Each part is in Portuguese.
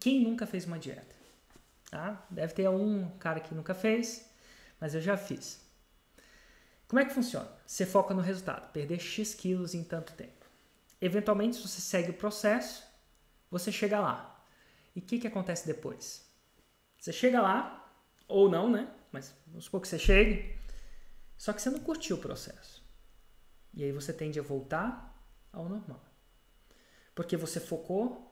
Quem nunca fez uma dieta? Tá? Deve ter um cara que nunca fez, mas eu já fiz. Como é que funciona? Você foca no resultado, perder X quilos em tanto tempo. Eventualmente, se você segue o processo, você chega lá. E o que acontece depois? Você chega lá, ou não, né? Mas vamos supor que você chegue, só que você não curtiu o processo. E aí você tende a voltar ao normal. Porque você focou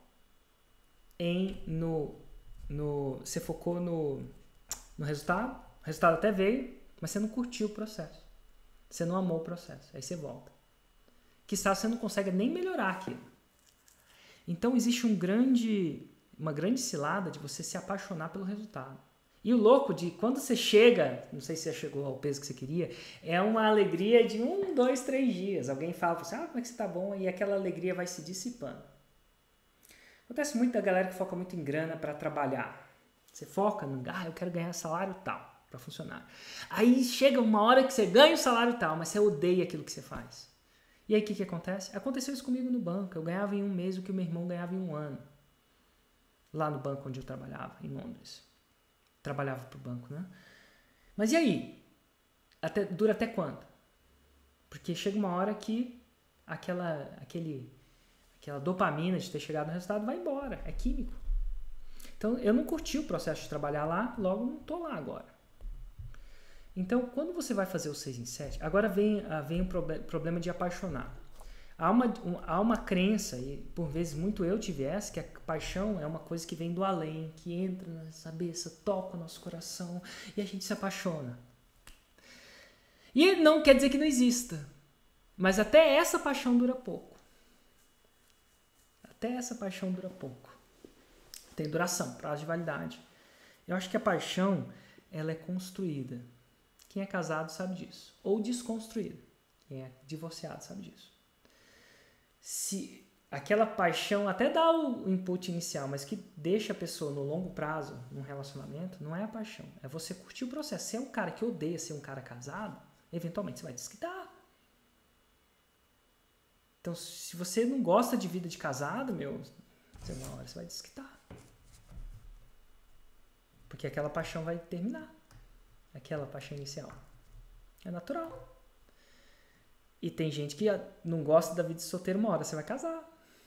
você focou no resultado, o resultado até veio, mas você não curtiu o processo. Você não amou o processo. Aí você volta. Quiçá você não consegue nem melhorar aquilo. Então existe uma grande cilada de você se apaixonar pelo resultado. E o louco de quando você chega, não sei se você chegou ao peso que você queria, é uma alegria de 1, 2, 3 dias. Alguém fala para você, como é que você tá bom? E aquela alegria vai se dissipando. Acontece muito da galera que foca muito em grana para trabalhar. Você foca no, eu quero ganhar salário tal para funcionar. Aí chega uma hora que você ganha o salário tal, mas você odeia aquilo que você faz. E aí o que acontece? Aconteceu isso comigo no banco. Eu ganhava em um mês o que o meu irmão ganhava em um ano. Lá no banco onde eu trabalhava, em Londres. Trabalhava pro banco, né? Mas e aí? Dura até quando? Porque chega uma hora que aquela dopamina de ter chegado no resultado vai embora. É químico. Então, eu não curti o processo de trabalhar lá, logo não tô lá agora. Então, quando você vai fazer o 6 em 7, agora vem o problema de apaixonar. Há uma crença, e por vezes muito eu tive essa, que a paixão é uma coisa que vem do além, que entra na nossa cabeça, toca o nosso coração e a gente se apaixona. E não quer dizer que não exista, mas até essa paixão dura pouco. Até essa paixão dura pouco. Tem duração, prazo de validade. Eu acho que a paixão, ela é construída. Quem é casado sabe disso. Ou desconstruída. Quem é divorciado sabe disso. Se aquela paixão até dá o input inicial, mas que deixa a pessoa no longo prazo, num relacionamento, não é a paixão. É você curtir o processo. Se é um cara que odeia ser um cara casado, eventualmente você vai desquitar. Então, se você não gosta de vida de casado, uma hora você vai desquitar. Porque aquela paixão vai terminar. Aquela paixão inicial. É natural. E tem gente que não gosta da vida de solteiro, uma hora você vai casar.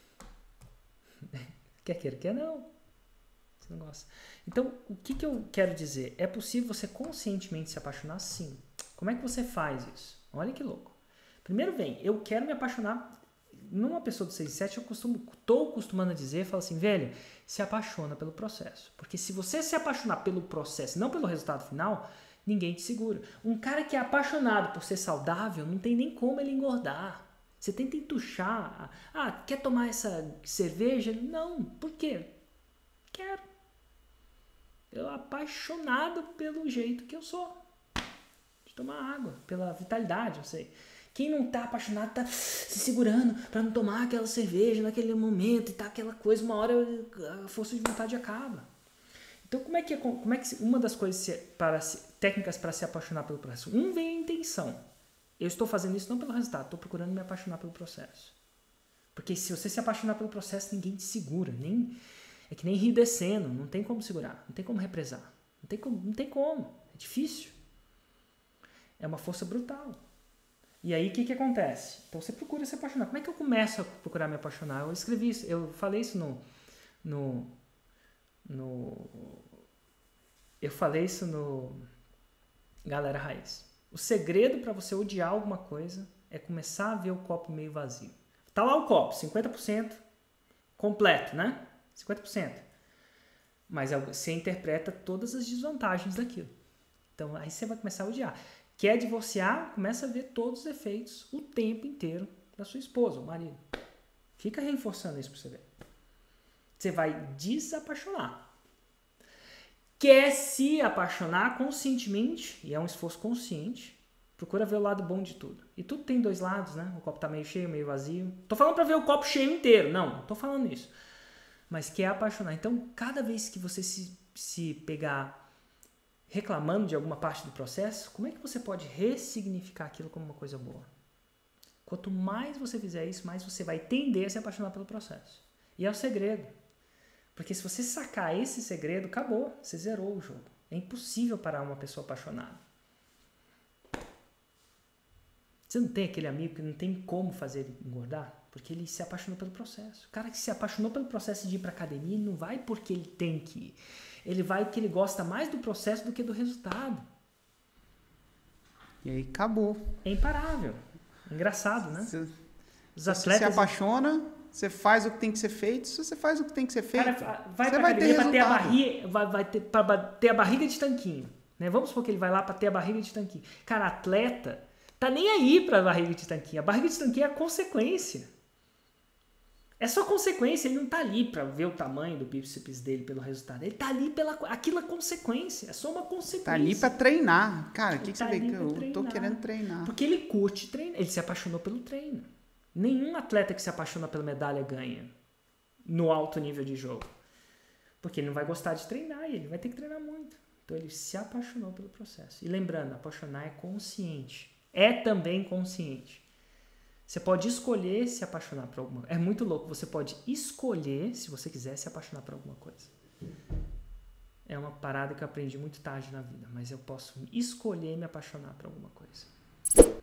Quer queira, quer não. Você não gosta. Então, o que eu quero dizer? É possível você conscientemente se apaixonar? Sim. Como é que você faz isso? Olha que louco. Primeiro eu quero me apaixonar. Numa pessoa do 6 e 7, estou acostumando a dizer, falo assim, velho, se apaixona pelo processo. Porque se você se apaixonar pelo processo, não pelo resultado final, ninguém te segura. Um cara que é apaixonado por ser saudável, não tem nem como ele engordar. Você tenta entuchar. Quer tomar essa cerveja? Não. Por quê? Quero. Eu apaixonado pelo jeito que eu sou. De tomar água, pela vitalidade, não sei. Quem não tá apaixonado tá se segurando para não tomar aquela cerveja naquele momento e tá aquela coisa, uma hora a força de vontade acaba. Então, como é que uma das coisas técnicas para se apaixonar pelo processo? Vem a intenção. Eu estou fazendo isso não pelo resultado, estou procurando me apaixonar pelo processo. Porque se você se apaixonar pelo processo, ninguém te segura. É que nem rio descendo, não tem como segurar, não tem como represar. Não tem como. É difícil. É uma força brutal. E aí, o que acontece? Então, você procura se apaixonar. Como é que eu começo a procurar me apaixonar? Eu escrevi isso, eu falei isso eu falei isso no Galera Raiz. O segredo para você odiar alguma coisa é começar a ver o copo meio vazio. Tá lá o copo, 50% completo, né? 50%. Mas você interpreta todas as desvantagens daquilo. Então, aí você vai começar a odiar. Quer divorciar? Começa a ver todos os efeitos o tempo inteiro da sua esposa, ou marido. Fica reforçando isso para você ver. Você vai desapaixonar. Quer se apaixonar conscientemente, e é um esforço consciente, procura ver o lado bom de tudo. E tudo tem dois lados, né? O copo tá meio cheio, meio vazio. Tô falando para ver o copo cheio inteiro. Não tô falando isso. Mas quer apaixonar. Então, cada vez que você se pegar reclamando de alguma parte do processo, como é que você pode ressignificar aquilo como uma coisa boa? Quanto mais você fizer isso, mais você vai tender a se apaixonar pelo processo. E é o segredo. Porque se você sacar esse segredo, acabou. Você zerou o jogo. É impossível parar uma pessoa apaixonada. Você não tem aquele amigo que não tem como fazer ele engordar? Porque ele se apaixonou pelo processo. O cara que se apaixonou pelo processo de ir para academia, ele não vai porque ele tem que ir. Ele vai porque ele gosta mais do processo do que do resultado. E aí acabou. É imparável. Engraçado, né? Os atletas... Você se apaixona, você faz o que tem que ser feito. Se você faz o que tem que ser feito, cara, vai você vai ter resultado. Para ter a barriga de tanquinho. Né? Vamos supor que ele vai lá para ter a barriga de tanquinho. Cara, atleta tá nem aí para a barriga de tanquinho. A barriga de tanquinho é a consequência. É só consequência. Ele não tá ali para ver o tamanho do bíceps dele pelo resultado. Ele tá ali aquilo é consequência. É só uma consequência. Tá ali para treinar. Cara, o que você vê? Eu tô querendo treinar. Porque ele curte treinar. Ele se apaixonou pelo treino. Nenhum atleta que se apaixona pela medalha ganha no alto nível de jogo. Porque ele não vai gostar de treinar e ele vai ter que treinar muito. Então ele se apaixonou pelo processo. E lembrando, apaixonar é consciente. É também consciente. Você pode escolher se apaixonar por alguma coisa. É muito louco. Você pode escolher, se você quiser, se apaixonar por alguma coisa. É uma parada que eu aprendi muito tarde na vida. Mas eu posso escolher me apaixonar por alguma coisa.